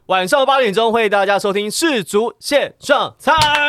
晚上8点钟欢迎大家收听世足线上猜。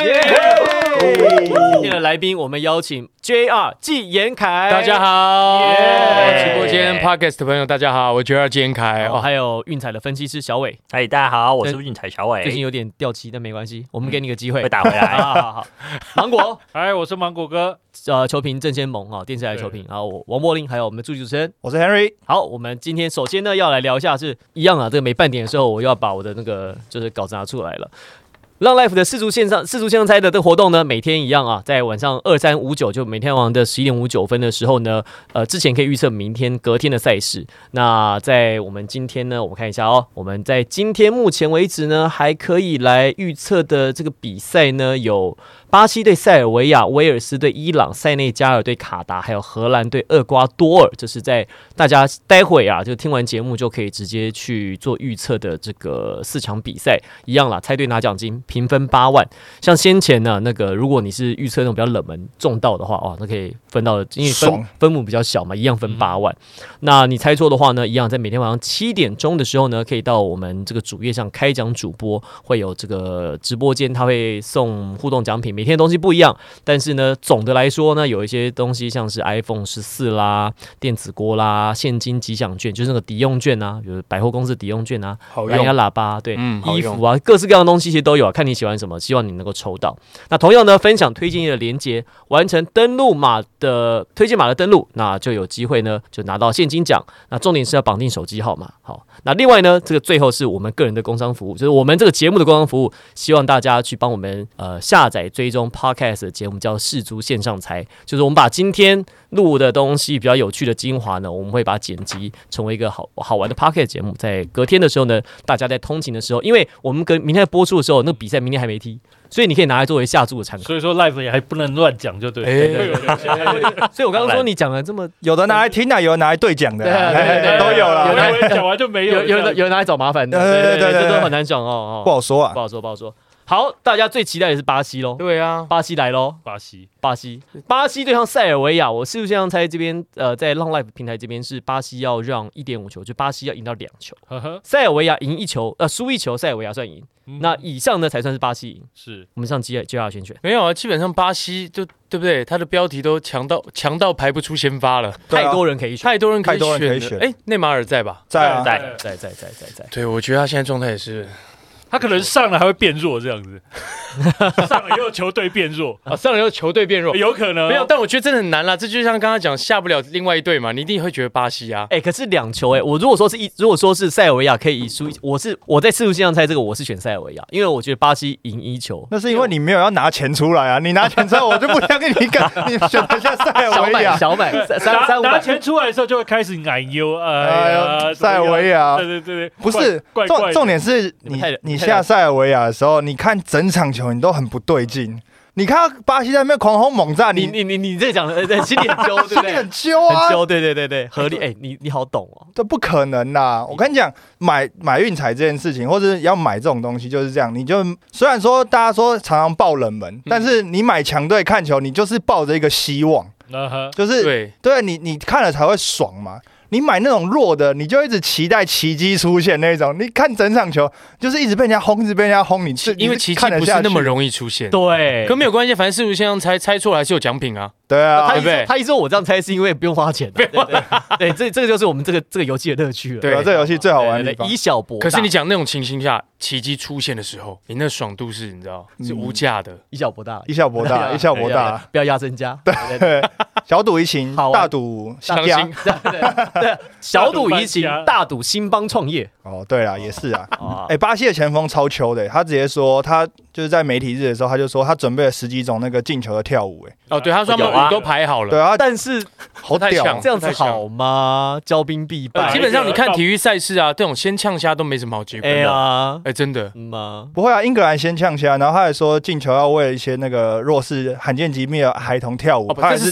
今天的来宾我们邀请 JR 纪言凯， 大家好，直播间 Podcast 的朋友大家好，我 JR 纪言凯还有运彩的分析师小伟。 大家好，我是运彩小伟。 最近有点掉漆，但没关系，我们给你个机会， 会打回来。 好，芒果， 我是芒果哥。 球评郑先萌电视台球评，然后王柏林，还有我们的助理主持人， 我是 Henry。 好，我们今天首先呢要来聊一下，是一样啊，这个每半点的时候，我又要把我的那个就是稿子拿出来了。浪 Life 的世足线上猜的这个活动呢，每天一样啊，在晚上2359，就每天晚上的11点59分的时候呢，之前可以预测明天隔天的赛事。那在我们今天呢，我们看一下我们在今天目前为止呢，还可以来预测的这个比赛呢，有巴西对塞尔维亚、威尔斯对伊朗、塞内加尔对卡达，还有荷兰对厄瓜多尔。这是在大家待会啊，就听完节目就可以直接去做预测的这个4场比赛，一样啦，猜对拿奖金，评分8万。像先前呢，那个如果你是预测那种比较冷门中到的话，那可以分到，因为分母比较小嘛，一样分8万。那你猜错的话呢，一样在每天晚上7点钟的时候呢，可以到我们这个主页上开奖主播，会有这个直播间，他会送互动奖品。每天的东西不一样，但是呢，总的来说呢，有一些东西像是 iPhone 14啦、电子锅啦、现金吉祥券，就是那个抵用券啊，比如百货公司抵用券啊，蓝牙喇叭，对，衣服啊，各式各样的东西其实都有啊，看你喜欢什么，希望你能够抽到。那同样呢，分享推荐页的连结，完成登录码的推荐码的登录，那就有机会呢，就拿到现金奖。那重点是要绑定手机号码。好，那另外呢，这个最后是我们个人的工商服务，就是我们这个节目的工商服务，希望大家去帮我们下载追踪 Podcast 的节目叫世足线上猜，就是我们把今天录的东西比较有趣的精华呢，我们会把它剪辑成为一个好玩的 Podcast 节目，在隔天的时候呢，大家在通勤的时候，因为我们明天播出的时候，那个比赛明天还没踢，所以你可以拿来作为下注的参考。 所以说 Live 也还不能乱讲，就对。 所以我刚刚说你讲了这么， 有的拿来听啊，有的拿来对讲的，都有啦。 有人讲完就没有， 有人拿来找麻烦的，对，这都很难讲哦， 不好说啊， 不好说。好，大家最期待的是巴西咯。 对啊， 巴西来咯。巴西对上塞尔维亚，我是不是像猜这边在浪 Life 平台这边是巴西要让1.5球，就巴西要赢到2球，塞尔维亚赢1球，输1球，塞尔维亚算赢。那以上呢才算是巴西赢。 是我们上JR先选。 没有啊，基本上巴西就对不对？他的标题都强到排不出先发了， 太多人可以选， 太多人可以选。内马尔在吧？ 在啊， 在。 对，我觉得他现在状态也是。 他可能上了还会变弱这样子，上了以后球队变弱上了以后球队变弱， 有可能。 没有，但我觉得真的很难啦。这就像刚刚讲，下不了另外一队嘛，你一定会觉得巴西啊。 可是2球我如果说是塞尔维亚可以输，我在世足线上猜这个，我是选塞尔维亚，因为我觉得巴西赢1球。 那是因为你没有要拿钱出来啊，你拿钱出来我就不相信你选一下塞尔维亚。 小买拿钱出来的时候就会开始奶油塞尔维亚。 对， 不是重点是你下塞尔维亚的时候，你看整场球你都很不对劲。你看到巴西在那边狂轰猛炸， 你这讲的心里很揪，对不对？ 心里很揪啊， 很揪，对，合理。你好懂哦， 这不可能啦！我跟你讲，买运彩这件事情，或者要买这种东西，就是这样。你就虽然说大家说常常爆冷门，但是你买强队看球，你就是抱着一个希望，就是对你看了才会爽嘛。你买那种弱的，你就一直期待奇迹出现那种。你看整场球，就是一直被人家轰， 因为奇迹不是那么容易出现。 对， 可没有关系，反正世足线上猜错了还是有奖品啊。 对啊， 对不对？他一说我这样猜是因为不用花钱，对，这个就是我们这个游戏的乐趣了。 对，这个游戏最好玩的地方， 以小博大。 可是你讲那种情形下，奇迹出现的时候，你那爽度是你知道是无价的， 以小博大，不要压身家。 对，小赌怡情，大赌新家。 对，小赌怡情，大赌兴邦创业。 哦，对啦，也是啊。巴西的前锋超秋的，他直接说他就是在媒体日的时候，他就说他准备了10几种那个进球的跳舞。 对，他说他们舞都排好了。 对啊， 但是好屌， 这样子好吗？骄兵必败。 基本上你看体育赛事啊，这种先呛虾都没什么好结果的。真的吗？ 不会啊，英格兰先呛虾，然后他还说进球要为一些那个弱势、罕见疾病的孩童跳舞，他还是进球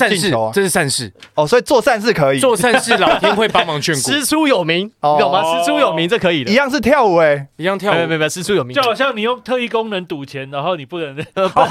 啊？ 这是善事， 哦，所以做善事可以， 做善事老天会帮忙眷顾， 师出有名， 哦你懂吗？师出有名，这可以的一。样是跳舞哎。 一样跳舞。 没有，师出有名就。好像你用特异功能赌钱，然后你不能你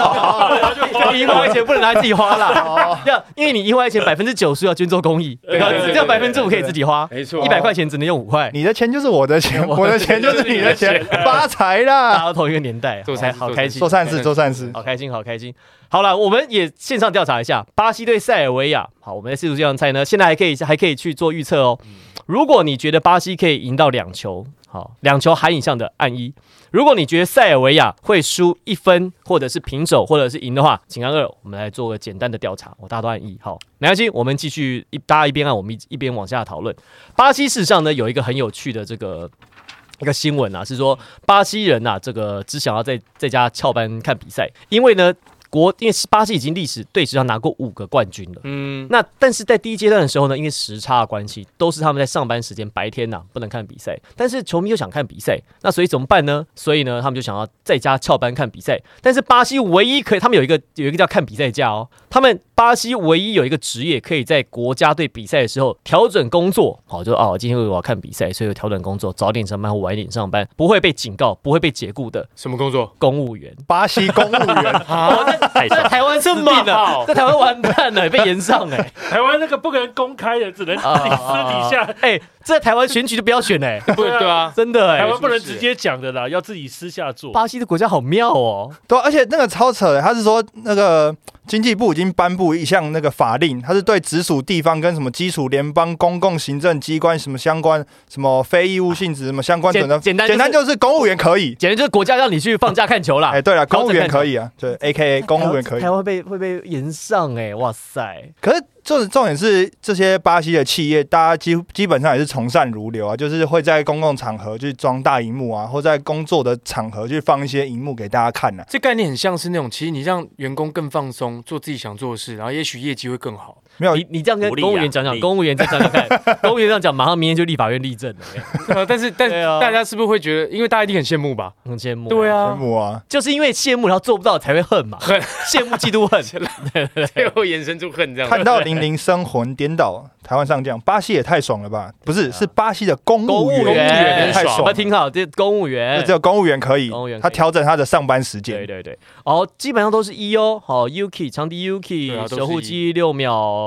1块钱不能拿来自己花啦，因为你1块钱90%要捐做公益， 对只有5%可以自己花， 没错 100块钱只能用5块。 你的钱就是我的钱，我的钱就是你的钱，发财啦！ 大家都同一个年代， 做善事好开心做，善事，做善事。 好开心，好开心。好了，我们也线上调查一下巴西对塞尔维亚。好，我们的世足这样猜呢，现在还可以去做预测哦。如果你觉得巴西可以赢到2球，好，2球含以上的按1；如果你觉得塞尔维亚会输1分，或者是平手，或者是赢的话，请按2。我们来做个简单的调查，大家都按1。好，没关系，我们继续大家一边按，我们一边往下讨论。巴西事实上呢有一个很有趣的一个新闻啊，是说巴西人啊，这个只想要在家翘班看比赛，因为巴西已经对史上拿过5个冠军了。但是在第一阶段的时候呢，因为时差的关系，都是他们在上班时间白天不能看比赛，但是球迷又想看比赛，那所以怎么办呢？所以呢，他们就想要在家翘班看比赛。但是巴西唯一他们有一个叫看比赛假哦，他们巴西唯一有一个职业可以在国家队比赛的时候调整工作，好，就今天我要看比赛，所以调整工作，早点上班或晚一点上班，不会被警告，不会被解雇的。 什么工作？ 公务员。 巴西公务员在台湾这么好，在台湾完蛋了，被延上台湾那个不能公开的，只能私底下。 这在台湾选举就不要选对啊， 真的台湾不能直接讲的啦，要自己私下做。 巴西的国家好妙哦， 对，而且那个超扯的，他是说那个经济部已经颁布一项那个法令，它是对直属地方跟什么基础联邦公共行政机关什么相关什么非义务性质什么相关准则， 简单就是公务员可以， 简单就是国家让你去放假看球啦。 对了，公务员可以啊，对 ，AKA 公务员可以。 台湾会被延上哇塞！ 可是重点是这些巴西的企业，大家基本上也是从善如流啊，就是会在公共场合去装大荧幕啊，或在工作的场合去放一些荧幕给大家看啊。 这概念很像是那种，其实你让员工更放松，做自己想做的事，然后也许业绩会更好。 没有你这样跟公务员讲，公务员再讲讲看，公务员这样讲，马上明天就立法院立正了。 但是大家是不是会觉得，因为大家一定很羡慕吧？ 很羡慕。 对啊， 羡慕啊， 就是因为羡慕，然后做不到才会恨嘛。羡慕、嫉妒、恨， 最后衍生出恨这样。 看到00生魂颠倒，台湾上将，巴西也太爽了吧？不是，是巴西的公务员太爽了。 听好，这公务员， 只有公务员可以，他调整他的上班时间。 对，基本上都是1哦。好 ，Yuki 长笛 Yuki 守护记忆6秒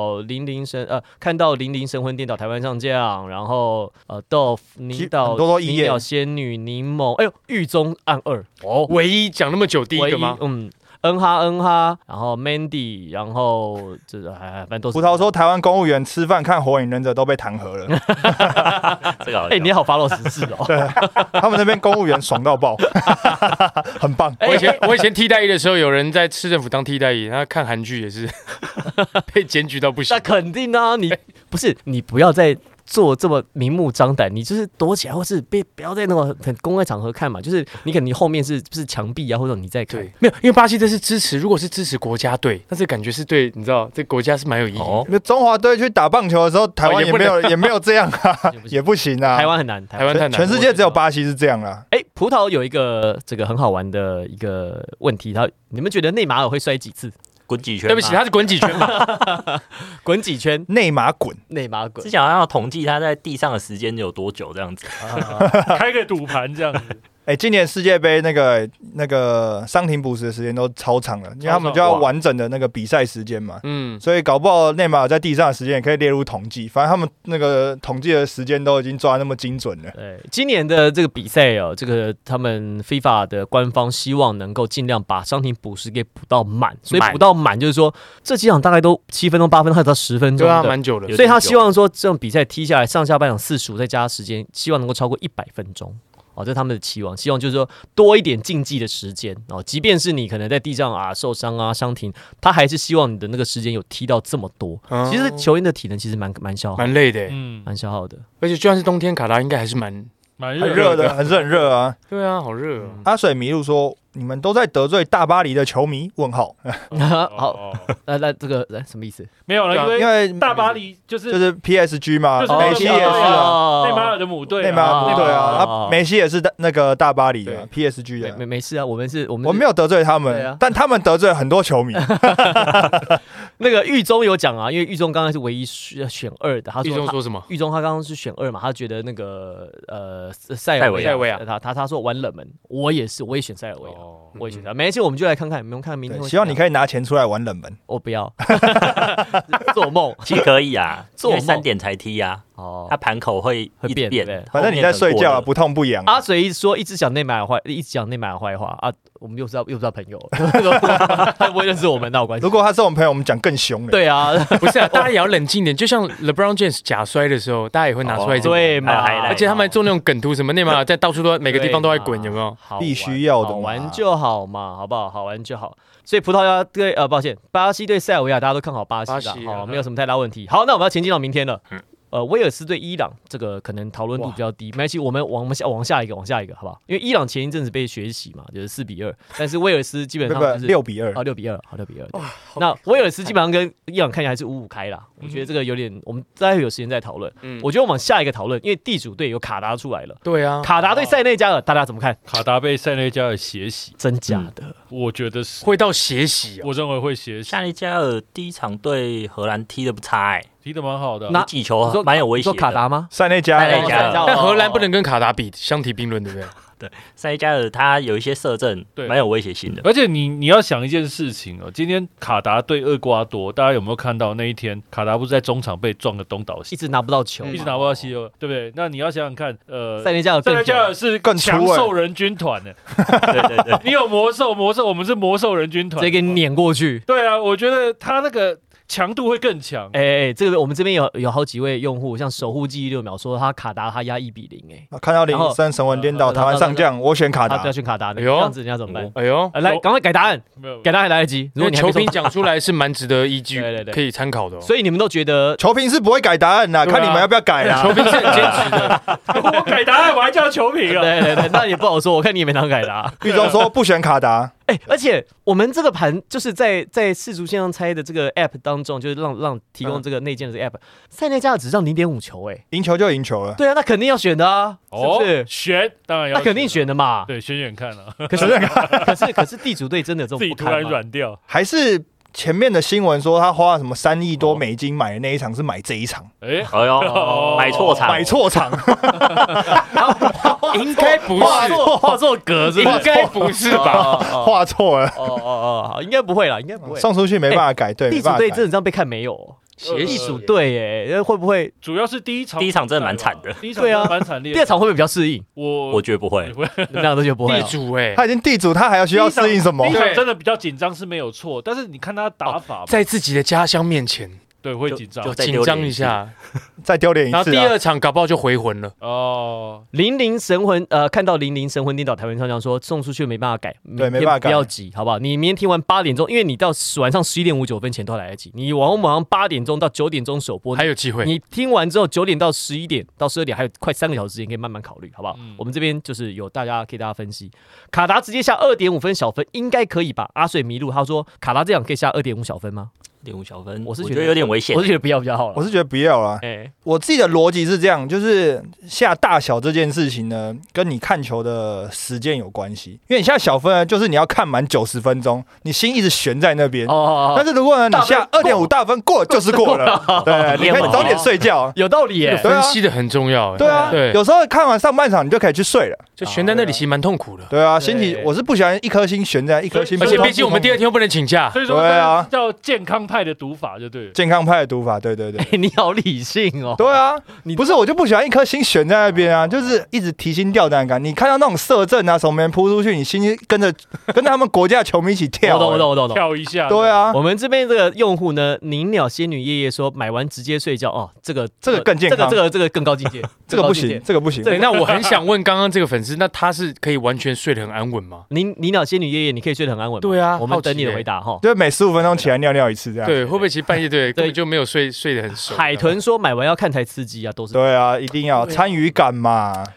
00看到00神魂颠倒台湾上将，然后Dolph 泥鸟仙女柠檬，狱中按2 唯一讲那么久第一个吗？ 恩哈，然后 Mandy， 然后反正都是。 葡萄说台湾公务员吃饭看火影忍者都被弹劾了。 这个你好follow时事哦。 对，他们那边公务员爽到爆，很棒。 我以前替代役的时候，有人在市政府当替代役，他看韩剧也是被检举到不行。 那肯定啊，你不要再做这么明目张胆，你就是躲起来，或是不要在那种很公开场合看嘛。就是你可能你后面是墙壁啊，或者你在看。 没有，因为巴西这是支持，如果是支持国家队，那这感觉是对，你知道，这国家是蛮有意义的。 中华队去打棒球的时候，台湾也没有这样啊，也不行啊。 台湾很难， 台湾太难， 全世界只有巴西是这样啦。 葡萄有一个这个很好玩的一个问题，你们觉得内马尔会摔几次？ 滚几圈？ 对不起，他是滚几圈嘛？ 滚几圈？ 内马滚。 之前好像要统计他在地上的时间有多久这样子， 开个赌盘这样子。 今年世界杯那个伤停补时的时间都超长了，因为他们就要完整的那个比赛时间嘛，所以搞不好内马尔在地上的时间也可以列入统计。反正他们那个统计的时间都已经抓那么精准了。 对，今年的这个比赛这个他们 FIFA 的官方希望能够尽量把伤停补时给补到满，所以补到满就是说这几场大概都7分钟、8分钟，还有到10分钟的， 对啊，蛮久的。 所以他希望说这种比赛踢下来，上下半场45再加时间，希望能够超过100分钟。这是他们的期望，希望就是说多一点竞技的时间即便是你可能在地上受伤啊、伤停，他还是希望你的那个时间有踢到这么多。其实球员的体能其实蛮消耗， 蛮累的， 蛮消耗的。 而且就算是冬天，卡达应该还是蛮热的，还是很热啊。 对啊，好热阿水迷路说， 你们都在得罪大巴黎的球迷？问号。 好，那这个什么意思？ 没有了， 因为大巴黎就是 PSG 嘛， 就是梅西也是啊， 内马尔的母队， 内马尔母队啊，梅西也是那个大巴黎的 PSG 的。 没事啊，我们没有得罪他们，但他们得罪很多球迷。 那个狱中有讲啊，因为狱中刚才是唯一选2的，他说什么？ 狱中他刚刚是选2嘛，他觉得那个塞尔维亚，他说玩冷门，我也选塞尔维亚，我也选他，没关系，我们就来看看，我们看明天。 希望你可以拿钱出来玩冷门， 我不要，做梦， 其实可以啊， 做梦 3点才踢啊，他盘口会变， 反正你在睡觉，不痛不痒。 阿水一直讲内马尔坏话啊，我们又是要朋友，他不会认识我们，那有关系。 如果他是我们朋友，我们讲更凶了。 对啊， 不是啊，大家也要冷静一点。就像 LeBron James 假摔的时候，大家也会拿出来对嘛， 而且他们做那种梗图，什么内马尔在到处都每个地方都在滚，有没有？ 必须要的， 好玩就好嘛，好不好？好玩就好。所以葡萄牙对巴西对塞尔维亚，大家都看好巴西的，好，没有什么太大问题。好，那我们要前进到明天了。威尔斯对伊朗，这个可能讨论度比较低，没关系，我们往下一个，好不好？因为伊朗前一阵子被血洗嘛，就是4-2，但是威尔斯基本上就是 6-2， 好6-2。那威尔斯基本上跟伊朗看起来还是5-5开啦，我觉得这个有点，我们待会有时间再讨论。我觉得我们往下一个讨论，因为地主队有卡达出来了， 对啊， 卡达对塞内加尔，大家怎么看？ 卡达被塞内加尔血洗， 真假的？ 我觉得是会到血洗， 我认为会血洗。 塞内加尔第一场对荷兰踢得不差踢得蛮好的， 拿几球蛮有威胁的。 说卡达吗？ 塞内加尔， 但荷兰不能跟卡达比，相提并论，对不对？ 对，塞内加尔他有一些射正，蛮有威胁性的。 而且你要想一件事情哦，今天卡达对厄瓜多，大家有没有看到那一天卡达不是在中场被撞个东倒西， 一直拿不到球， 一直拿不到西欧，对不对？那你要想想看， 塞内加尔是更强兽人军团的，对，你有魔兽，我们是魔兽人军团， 直接给你碾过去。 对啊，我觉得他那个强度会更强。 这个我们这边有好几位用户，像守护记忆6秒说他卡达他压1-0， 看到03神魂颠倒，台湾上将，我选卡达， 不要选卡达的，这样子人家怎么办？来，赶快改答案，改答案来得及。如果球评讲出来是蛮值得依据，可以参考的。 所以你们都觉得球评是不会改答案的，看你们要不要改啦。 球评是很坚持的， 我改答案我还叫球评啊？ 对，那也不好说，我看你也没当改答。 玉中说不选卡达。 而且我们这个盘就是在世足线上猜的这个 app 当中，就是让提供这个内建的这个 app，塞内加尔只让0.5球， 赢球就赢球了。 对啊，那肯定要选的啊，是不是？ 选当然要， 那肯定选的嘛。 对，选看啊。 可是地主队真的有这种自己突然软掉， 还是？前面的新闻说他花了什么3亿多美金买的那一场是买这一场， 买错场， 应该不是画错格子， 应该不是吧？ 画错了， 应该不会啦，应该不会送出去没办法改，对， 地主队真的这样被看没有？地主队会不会？ 主要是第一场真的蛮惨的， 对啊， 蛮惨烈。 第二场会不会比较适应？ 我觉得不会， 你们两个都觉得不会。 地主他已经地主，他还要需要适应什么？ 第一场真的比较紧张是没有错，但是你看他打法， 在自己的家乡面前。 对，会紧张， 紧张一下， 再丢脸一次。 然后第二场搞不好就回魂了。 00神魂，看到00神魂颠倒，台湾上将说送出去没办法改， 对，没办法改， 不要急，好不好？你明天听完8点钟，因为你到晚上11点59分前都来得及。你晚上8点钟到9点钟首播， 还有机会。 你听完之后9点到11点到12点，还有快3个小时时间可以慢慢考虑，好不好？我们这边就是有大家给大家分析，卡达直接下2.5分小分，应该可以吧？阿水迷路，他说卡达这样可以下2.5小分吗 ？2.5小分， 我是觉得有点危险。 我是觉得不要比较好了。 我是觉得不要啦。我自己的逻辑是这样，就是下大小这件事情呢，跟你看球的时间有关系。因为你下小分呢，就是你要看满90分钟，你心一直悬在那边。但是如果呢，你下2.5大分过就是过了，对，你可以早点睡觉。 有道理耶， 分析的很重要。 对啊，有时候看完上半场你就可以去睡了。 就悬在那里其实蛮痛苦的。 对啊，心体我是不喜欢一颗心悬在一颗心， 而且毕竟我们第2天又不能请假， 所以说对啊，叫健康派的读法就对了。 健康派的读法，对。 你好理性哦。 对啊，不是我就不喜欢一颗心悬在那边啊，就是一直提心吊胆感。你看到那种射正啊，从门扑出去，你心跟着他们国家的球迷一起跳。 我懂， 跳一下。 对啊， 我们这边这个用户呢，宁鸟仙女夜夜说买完直接睡觉哦，这个更健康， 这个更高境界， 这个不行，这个不行。 对，那我很想问刚刚这个粉丝，那他是可以完全睡得很安稳吗？ 宁鸟仙女夜夜，你可以睡得很安稳吗？ 对啊， 我们等你的回答哈。 就是每15分钟起来尿尿一次这样。 对，会不会其实半夜根本就没有睡得很熟？ 海豚说买完要看才刺激啊，都是。 对啊，一定要参与感嘛。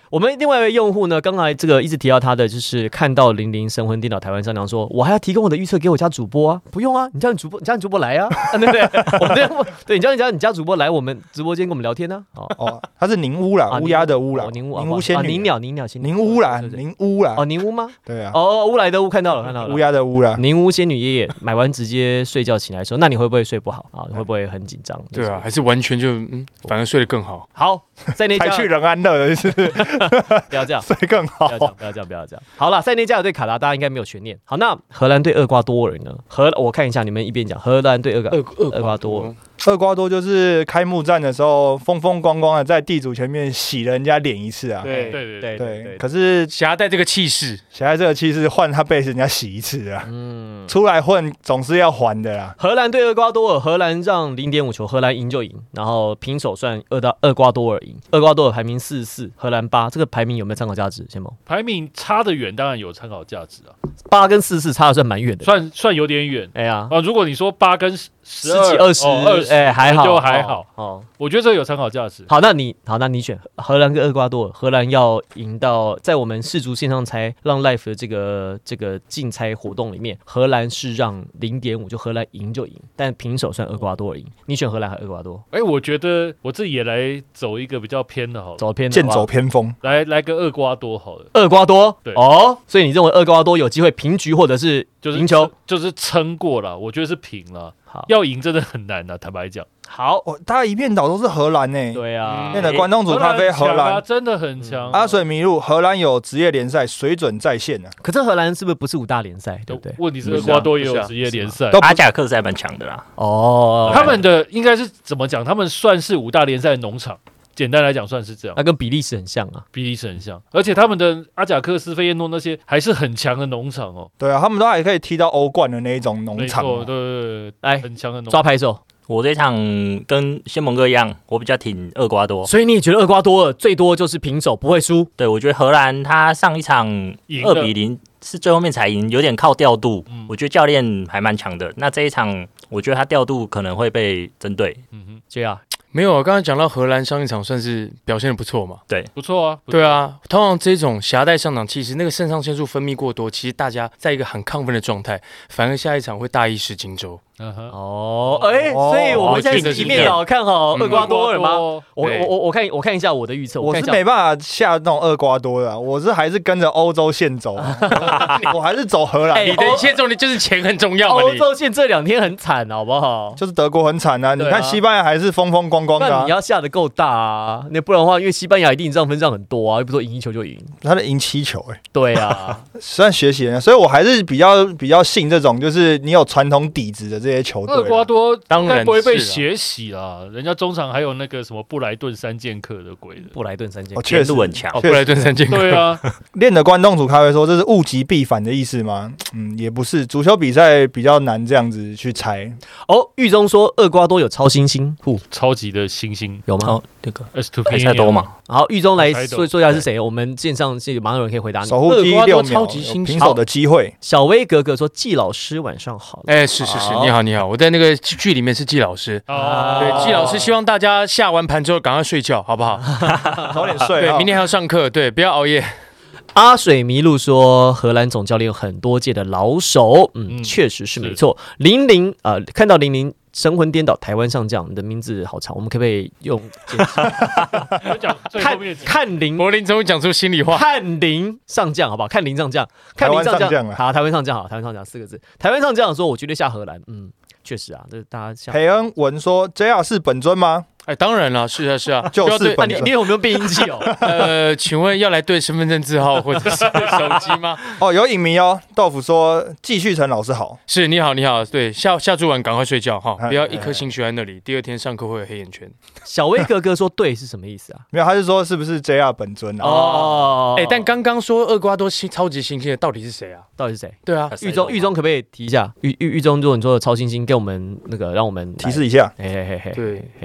我们另外一位用户呢，刚才这个一直提到他的，就是看到00神魂颠倒台湾商量说，我还要提供我的预测给我家主播啊，不用啊，你叫你主播来啊，对不对？我们对你叫你家主播来我们直播间跟我们聊天呢。 哦，他是宁乌啦，乌鸦的乌啦， 宁乌仙女， 宁鸟仙女， 宁乌啦，宁乌啦， 哦，宁乌吗？ 对啊， 哦，乌来的乌看到了， 乌鸦的乌啦。 宁乌仙女爷爷买完直接睡觉起来说，那你会不会睡不好啊？你会不会很紧张？ 对啊，还是完全就反而睡得更好。 好，在那家才去仁安乐的是不要这样， 睡更好。 不要这样。好了，塞内加尔对卡达，大家应该没有悬念。好，那荷兰对厄瓜多尔呢？我看一下，你们一边讲荷兰对厄瓜多尔。 厄瓜多就是开幕战的时候风风光光的在地主前面洗了人家脸一次啊。 对。 可是夹带这个气势， 现在这个气势换他被人家洗一次啊。出来混总是要还的啦。 荷兰对厄瓜多尔，荷兰让0.5球，荷兰赢就赢，然后平手算厄瓜多尔赢。厄瓜多尔排名44，荷兰8，这个排名有没有参考价值？先蒙排名差得远，当然有参考价值啊。 8跟44差的算蛮远的， 算有点远。 哎呀， 如果你说8跟12、 20，哎，还好， 就还好。 哦， 我觉得这个有参考价值。 好，那你选荷兰跟厄瓜多尔，荷兰要赢到在我们世足线上猜让 Life 的这个竞猜活动里面，荷兰是让0.5，就荷兰赢就赢，但平手算厄瓜多尔赢。你选荷兰还是厄瓜多？ 我觉得我自己也来走一个比较偏的好了， 走偏的， 剑走偏锋， 来个厄瓜多好了。 厄瓜多， 对哦，所以你认为厄瓜多有机会平局或者是赢球， 就是撑过了，我觉得是平了。 好， 要赢真的很难啊，坦白讲。 好， 大家一面倒都是荷兰呢。 对啊， 那关东煮咖啡荷兰真的很强。 阿水迷路，荷兰有职业联赛，水准在线啊。 可是荷兰是不是5大联赛，对不对？ 问题是厄瓜多也有职业联赛， 阿贾克斯还蛮强的啦。 哦， 他们的应该是怎么讲？他们算是5大联赛的农场。简单来讲，算是这样。 那跟比利时很像啊， 比利时很像，而且他们的阿贾克斯、费耶诺那些还是很强的农场哦。 对啊，他们都还可以踢到欧冠的那一种农场。 对， 来很强的农场。 抓拍手。 我这场跟先蒙哥一样，我比较挺厄瓜多， 所以你也觉得厄瓜多尔最多就是平手，不会输？ 对，我觉得荷兰他上一场2-0是最后面才赢，有点靠调度。我觉得教练还蛮强的。那这一场，我觉得他调度可能会被针对。 这样。 没有，刚刚讲到荷兰上一场算是表现得不错嘛？ 对， 不错啊。 对啊，通常这种狭带上场，其实那个肾上腺素分泌过多，其实大家在一个很亢奋的状态，反而下一场会大意失荆州。 所以我们现在一面倒看好厄瓜多尔吗？我看一下我的预测， 我是没办法下那种厄瓜多的，我是还是跟着欧洲线走，我还是走荷兰。 你的一切重点就是钱很重要嘛。 欧洲线这2天很惨，好不好？ 就是德国很惨啊，你看西班牙还是风风光光的。 那你要下的够大啊，那不然的话，因为西班牙一定分上很多啊，又不说赢1球就赢， 他的赢7球对啊， 算学习了，所以我还是比较信这种，就是你有传统底子的这些球队。 厄瓜多当然不会被血洗啦，人家中场还有那个什么布莱顿3剑客的鬼的， 布莱顿3剑客确实很强。 布莱顿3剑客， 对啊。 练的关东煮咖啡说这是物极必反的意思吗？也不是，足球比赛比较难这样子去猜。 狱中说厄瓜多有超新星， 超级的新星有吗？ 那个 S2P 太多嘛。 好，狱中来说一下是谁？我们线上马上有人可以回答你。 守护机6秒， 超级新平手的机会。 小薇格格说季老师晚上好。 是，你好，我在那个剧里面是季老师。对，季老师希望大家下完盘之后赶快睡觉，好不好？ 早点睡。 对，明天还要上课，对，不要熬夜。 阿水迷路说，荷兰总教练有很多届的老手，确实是没错。00看到00神魂颠倒台湾上将，你的名字好长，我们可不可以用看零？ 柏林终于讲出心里话。 看零上将，好不好？看零上将， 看零上将， 好，台湾上将，好，台湾上将4个字。台湾上将说，我绝对下荷兰，确实啊，这大家下。 裴恩文说 ，JR 是本尊吗？ 当然了，是啊， 就是本尊。 你有没有变音器哦？ 请问要来对身份证字号或者是手机吗？ 有影迷哦。豆腐说，季旭成老师好。 是，你好，对，下注完赶快睡觉哈，不要一颗心悬在那里，第2天上课会有黑眼圈。 小薇哥哥说，对是什么意思啊？ 没有，他是说是不是 JR 本尊啊？ 但刚刚说厄瓜多超级新星的到底是谁啊？ 到底是谁？ 对啊， 狱中可不可以提一下？狱中，如果你说的超新星，给我们那个让我们提示一下。 对，黑蒙丢。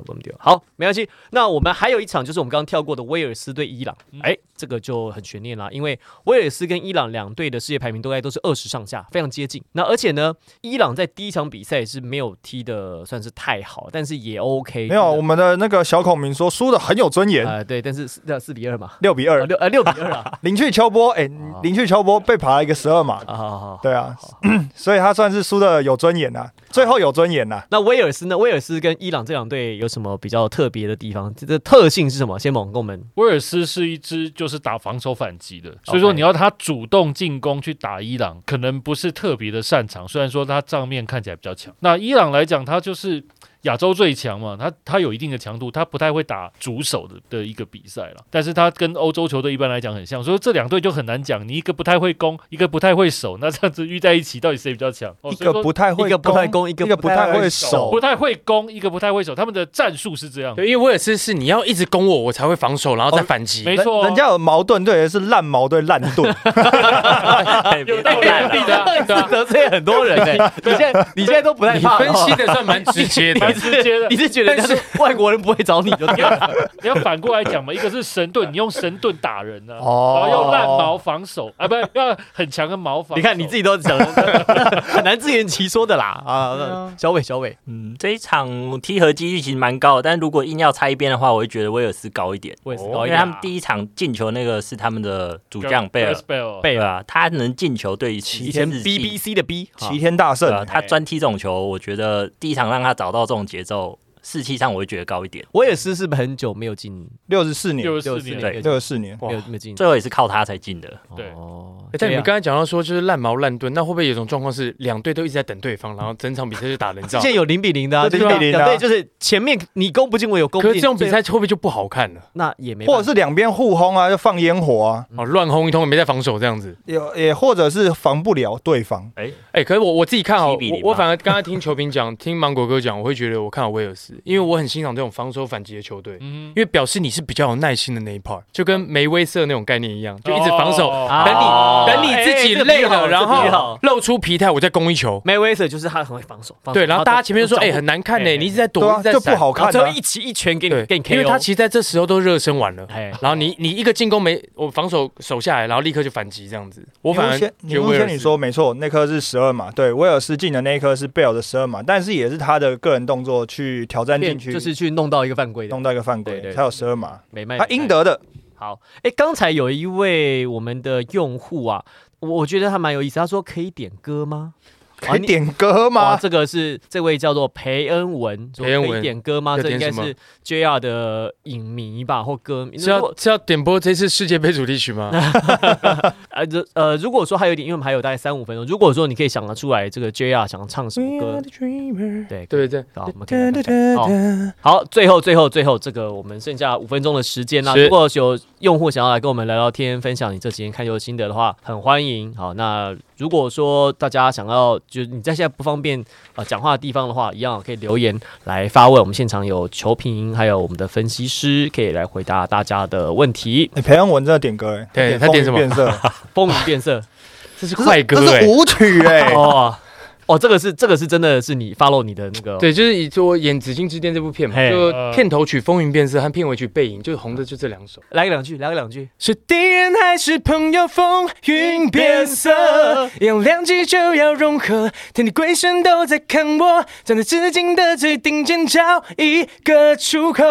好，没关系。那我们还有一场，就是我们刚刚跳过的威尔斯对伊朗。这个就很悬念啦，因为威尔斯跟伊朗两队的世界排名都是20上下，非常接近。那而且呢，伊朗在第一场比赛是没有踢的算是太好，但是也 OK。 没有，我们的那个小孔明说输的很有尊严。 对，但是4-2嘛 ，6-2，6 比2啊。 林去秋波，林去秋波被罚了一个12码。对啊，所以他算是输的有尊严啊，最后有尊严啊。 那威尔斯呢？威尔斯跟伊朗这两队有什么比较特别的地方？这个特性是什么？先猛跟我们。 威尔斯是一支就是打防守反击的，所以说你要他主动进攻去打伊朗，可能不是特别的擅长。虽然说他账面看起来比较强，那伊朗来讲，他就是亚洲最强嘛，他有一定的强度，他不太会打主手的一个比赛了。但是他跟欧洲球队一般来讲很像，所以这两队就很难讲，你一个不太会攻，一个不太会守，那这样子遇在一起，到底谁比较强？ 一个不太会攻，一个不太会守， 不太会攻，一个不太会守，他们的战术是这样。 对，因为威尔斯是你要一直攻我才会防守，然后再反击。 没错， 人家有矛盾队是烂矛对烂盾， 有道理的， 得罪很多人你现在都不太怕， 分析的算蛮直接的。 你是觉得但是外国人不会找你就对了。 你要反过来讲嘛，一个是神盾，你用神盾打人啊，然后用烂矛防守啊，不要很强的矛防守。 你看你自己都讲很难自圆其说的啦啊！小伟， 这一场踢和几率其实蛮高的，但如果硬要猜一边的话，我会觉得威尔斯高一点。 威尔斯高一点， 因为他们第一场进球那个是他们的主将贝尔啊，他能进球对以前 BBC 的 B 齐天大圣， 他专踢这种球，我觉得第一场让他找到这种节奏。士气上我会觉得高一点。 威尔斯是不是很久没有进 ？64年 ，64年没有进， 最后也是靠他才进的。 对。 但你们刚才讲到说就是烂矛烂盾，那会不会有一种状况是两队都一直在等对方，然后整场比赛就打人仗？ 之前有0-0的，0-0的，对，就是前面你攻不进，我有攻不进。 可是这种比赛会不会就不好看了？ 那也没， 或者是两边互轰啊，就放烟火啊， 乱轰一通，也没在防守这样子。 也或者是防不了对方。 可是我自己看好，我反而刚才听球评讲，听芒果哥讲，我会觉得我看好威尔斯，因为我很欣赏这种防守反击的球队，因为表示你是比较有耐心的那一 part， 就跟梅威瑟那种概念一样，就一直防守，等你自己累了，然后露出疲态，我再攻一球。 梅威瑟就是他很会防守， 对，然后大家前面说很难看呢，你一直在躲，一直在就不好看， 最后一拳给你 KO， 因为他其实在这时候都热身完了，然后你一个进攻我防守守下来，然后立刻就反击这样子。我反而觉得威尔斯， 你说没错，那颗是12码，对，威尔斯进的那一颗是贝尔的12码，但是也是他的个人动作去挑战进去， 就是去弄到一个犯规， 才有12码， 他应得的。 好，刚才有一位我们的用户啊，我觉得他蛮有意思，他说可以点歌吗？ 可以点歌吗？ 这个是这位叫做培恩文，可以点歌吗？这应该是 JR 的影迷吧，或歌迷。 是要点播这次世界杯主题曲吗？ 如果说还有点，因为我们还有大概3-5分钟，如果说你可以想得出来，这个 JR 想唱什么歌？对，好，我们可以好，最后，这个我们剩下5分钟的时间啦。如果有用户想要来跟我们聊聊天，分享你这几天看球心得的话，很欢迎。好，那如果说大家想要，就是你在现在不方便讲话的地方的话，一样可以留言来发问。我们现场有球评，还有我们的分析师，可以来回答大家的问题。 裴恩文真的点歌对，他点什么？ 风云变色， 这是快歌这是舞曲这个是真的是你 follow 你的那个， 对，就是以我演《紫禁之巅》这部片嘛，就片头曲《风云变色》和片尾曲《背影》，就是红的就这2首。 来个两句。 是敌人还是朋友？风云变色，用2句就要融合，天地鬼神都在看我，站在紫禁的最顶尖，找一个出口。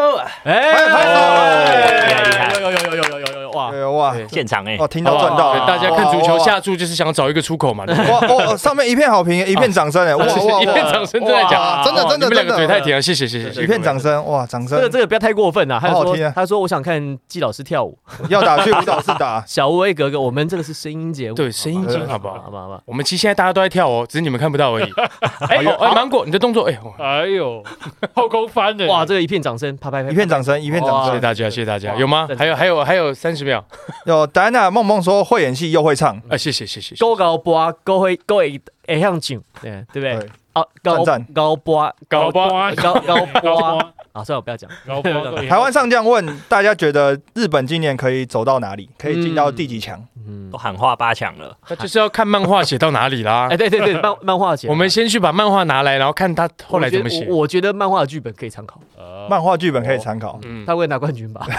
有哇！ 现场听到赚到， 大家看足球下注就是想找一个出口嘛。 上面一片好评，一片掌声哇！ 一片掌声，真的假？ 真的， 你们2个嘴太甜了，谢谢。 一片掌声，哇，掌声！ 这个不要太过分啊！他说我想看季老师跳舞， 要打去舞蹈室打。 小吴 A 格格，我们这个是声音节目， 对，声音节目好不好？ 好。 我们其实现在大家都在跳哦，只是你们看不到而已。芒果，你的动作， 哎呦，后空翻的， 哇！这个一片掌声，啪， 一片掌声，谢谢谢大家，有吗？还有30秒。 有戴安娜梦梦说会演戏又会唱， 谢谢。 高播高会向唱，对不对？高播啊，算了，不要讲。 台湾上将问大家觉得日本今年可以走到哪里，可以进到第几强？ 都喊话8强了， 那就是要看漫画写到哪里啦。 哎，对，漫画写， 我们先去把漫画拿来，然后看他后来怎么写。 我觉得漫画的剧本可以参考， 漫画剧本可以参考， 他会拿冠军吧？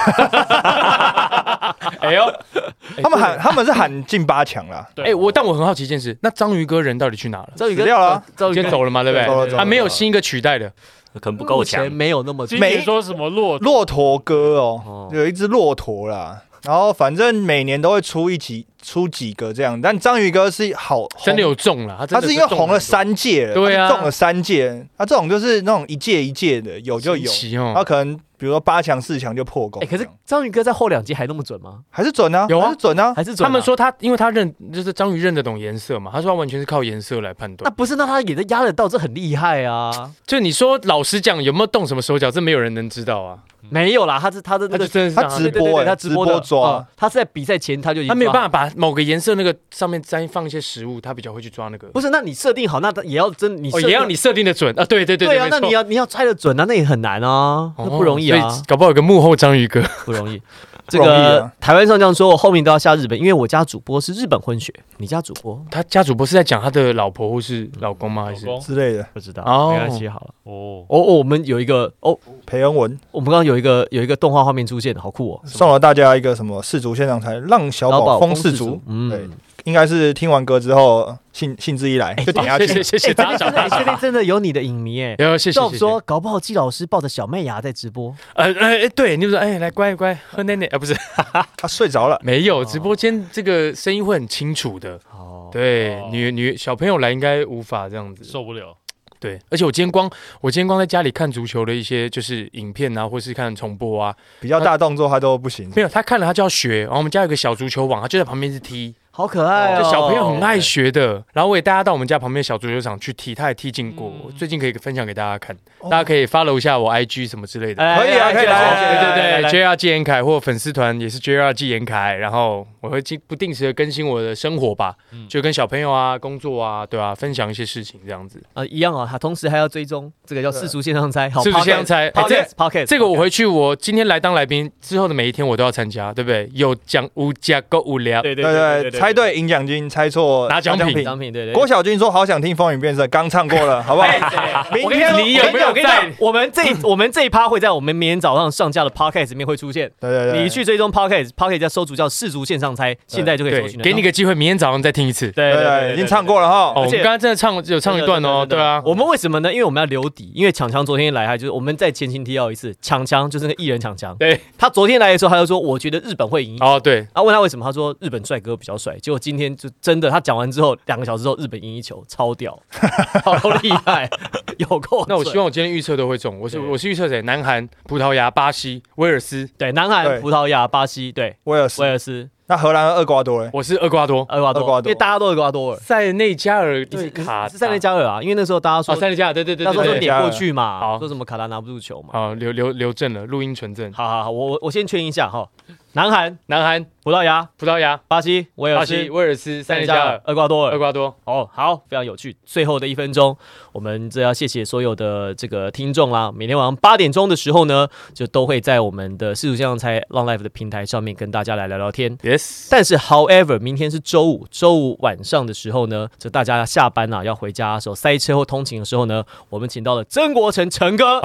哎呦， 他们是喊进8强啦。 哎，但我很好奇一件事，那章鱼哥人到底去哪了？ 章鱼哥掉了， 今天走了嘛，对不对？他没有新一个取代的。 可能不够强， 没有那么。 今年说什么骆驼哥哦，有一只骆驼啦。然后反正每年都会出几个这样，但章鱼哥是真的有中了， 他是因为红了3届了， 对啊， 中了3届。他这种就是那种一届一届的，有就有，他可能比如说8强4强就破功。 可是章鱼哥在后2届还那么准吗？ 还是准啊， 有啊， 还是准啊， 还是准。 他们说因为他就是章鱼认得懂颜色嘛，他说他完全是靠颜色来判断。 那不是，那他也在压得到，这很厉害啊。 就你说老实讲，有没有动什么手脚，这没有人能知道啊。 没有啦，他的那个真的是他直播，他直播抓， 他是在比赛前他就已经他没有办法把某个颜色那个上面放一些食物，他比较会去抓那个。 不是，那你设定好，那也要也要你设定的准啊！对啊，那你要猜的准啊，那也很难啊，那不容易啊。 所以搞不好有个幕后章鱼哥不容易。这个台湾上将说，我后面都要下日本，因为我家主播是日本混血。你家主播？ 他家主播是在讲他的老婆或是老公吗？还是之类的？ 不知道，没关系，好了。我们有一个裴恩文， 我们刚刚有一个动画画面出现，好酷哦！ 送了大家一个什么世足现场台，让小宝封世足。对，应该是听完歌之后兴致一来就点下去。 谢谢大家。 这边真的有你的影迷哎， 谢谢。 说搞不好季老师抱着小妹牙在直播。 对，你就说来乖喝奶奶不是， 他睡着了。 没有，直播间这个声音会很清楚的。对，女小朋友来应该无法这样子， 受不了。 对，而且我今天光在家里看足球的一些就是影片啊，或是看重播啊， 比较大动作他都不行。 没有，他看了他就要学。然后我们家有个小足球网，他就在旁边是踢。 好可爱就小朋友很爱学的。然后我也带他到我们家旁边小足球场去踢，他也踢进过。最近可以分享给大家看，大家可以 follow 一下我 IG 什么之类的。 可以啊，可以来。对 JRG 严凯或粉丝团也是 JRG 严凯。然后我会不定时的更新我的生活吧，就跟小朋友啊、工作啊，对吧？分享一些事情这样子。 一样啊，他同时还要追踪这个叫世足线上猜， 世足线上猜 Podcast 这个我回去，我今天来当来宾之后的每一天我都要参加，对不对？有奖无价够无聊。 对，猜对赢奖金。猜错拿奖品， 对。 郭小军说：“好想听风云变色，刚唱过了，好不好？” 明天你有没有在？我们这一趴会在我们明天早上上架的 podcast 里面会出现。 对， 你去追踪 podcast 叫搜足叫世足线上猜，现在就可以搜寻。 给你个机会，明天早上再听一次。 对，已经唱过了哈。 我们刚刚真的有唱一段哦。对啊， 我们为什么呢？因为我们要留底，因为强昨天来，就是我们在前情提要一次，强就是那个艺人强。 对， 他昨天来的时候，他就说：“我觉得日本会赢。” 对。 问他为什么，他说日本帅哥比较帅。结果今天就真的，他讲完之后2个小时后，日本赢1球，超屌，好厉害，有够。 那我希望我今天预测都会中。我是预测谁？南韩、葡萄牙、巴西、威尔斯。 对，南韩、葡萄牙、巴西，对， 威尔斯。那荷兰、厄瓜多嘞？ 我是厄瓜多， 因为大家都厄瓜多尔。 塞内加尔是卡， 是塞内加尔啊，因为那时候大家说塞内加尔，对， 那时候点过去嘛，说什么卡达拿不住球嘛。 好，留证了，录音存证。 好，我先确认一下哈。南韩、葡萄牙、巴西、威尔斯、塞内加尔、 厄瓜多尔。 哦， 好，非常有趣。最后的1分钟，我们这要谢谢所有的这个听众啦。每天晚上8点钟的时候呢，就都会在我们的世足线上猜 Long Life 的平台上面跟大家来聊聊天。 Yes， 但是 However， 明天是周五晚上的时候呢，就大家下班啊要回家的时候，塞车或通勤的时候呢，我们请到了曾国城陈哥。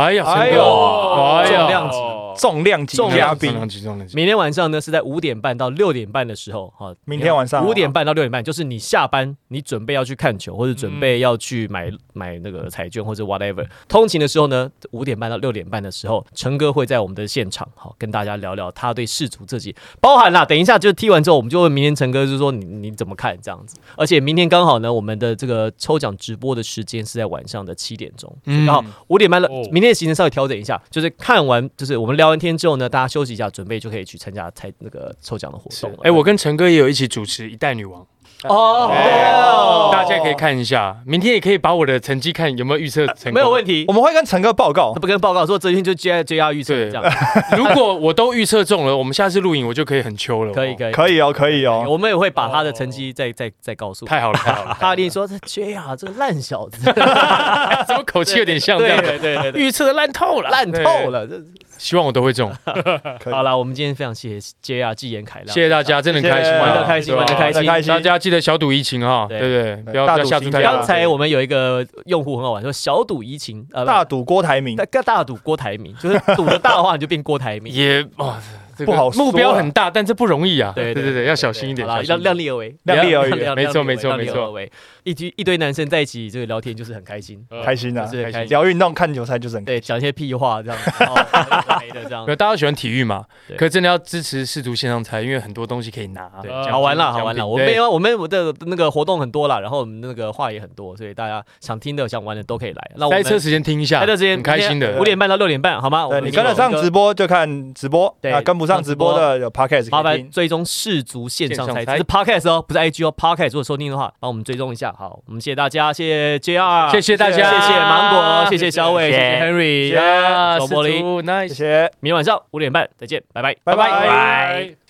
重量级嘉宾。 明天晚上呢是在5点半到6点半的时候， 明天晚上 5点半到6点半，就是你下班，你准备要去看球，或者准备要去买那个彩券或者 whatever。通勤的时候呢，5点半到6点半的时候，陈哥会在我们的现场，跟大家聊聊他对世足这集，包含啦，等一下就踢完之后，我们就问明天陈哥，就是说你怎么看这样子。而且明天刚好呢，我们的这个抽奖直播的时间是在晚上的7点钟，然后5点半了，明天的行程稍微调整一下，就是看完，就是我们聊完天之后呢，大家休息一下，准备就可以去参加那个抽奖的活动了。 我跟陈哥也有一起主持一代女王。 哦， 大家可以看一下，明天也可以把我的成绩看有没有预测成功， 没有问题我。们会跟陈哥报告， 不跟报告说这天就JR预测这样， 如果我都预测中了，我们下次录影我就可以很秋了。 可以， 可以哦。 我们也会把他的成绩再告诉。 太好了，太好了。 他一定说这 JR 这个烂小子， 怎么口气有点像这样？ 对， 预测的烂透了， 烂透了。 希望我都会中。 好了，我们今天非常谢谢 JR 季言凯亮， 谢谢大家，真的很开心， 玩得开心，玩得开心。 大家记得小赌怡情哈，对不对？不要下注太大。 刚才我们有一个用户很好玩，说小赌怡情， 大赌郭台铭， 大赌郭台铭，就是赌的大的话，你就变郭台铭。 也不好说， 目标很大，但这不容易啊。 对， 要小心一点， 量力而为， 没错。 一堆男生在一起这个聊天就是很开心， 开心啊， 开心。 聊运动看球赛就是很对，讲一些屁话这样，没的这样。 大家喜欢体育嘛？可是真的要支持世足线上猜，因为很多东西可以拿。 好玩了。我的那个活动很多啦，然后我们那个话也很多，所以大家想听的、想玩的都可以来。那我们塞车时间听一下，很开心的。 5点半到6点半，好吗？ 对，你跟得上直播就看直播，那跟不上直播的有 podcast， 麻烦追踪世足线上猜，这是 podcast 哦，不是 IG 哦 ，podcast 如果收听的话，帮我们追踪一下。好，我们谢谢大家，谢谢 JR， 谢谢大家， 谢谢芒果，谢谢小伟，谢谢 Henry， 谢谢周柏林， 谢谢， 明天晚上5点半再见，拜拜， 拜拜。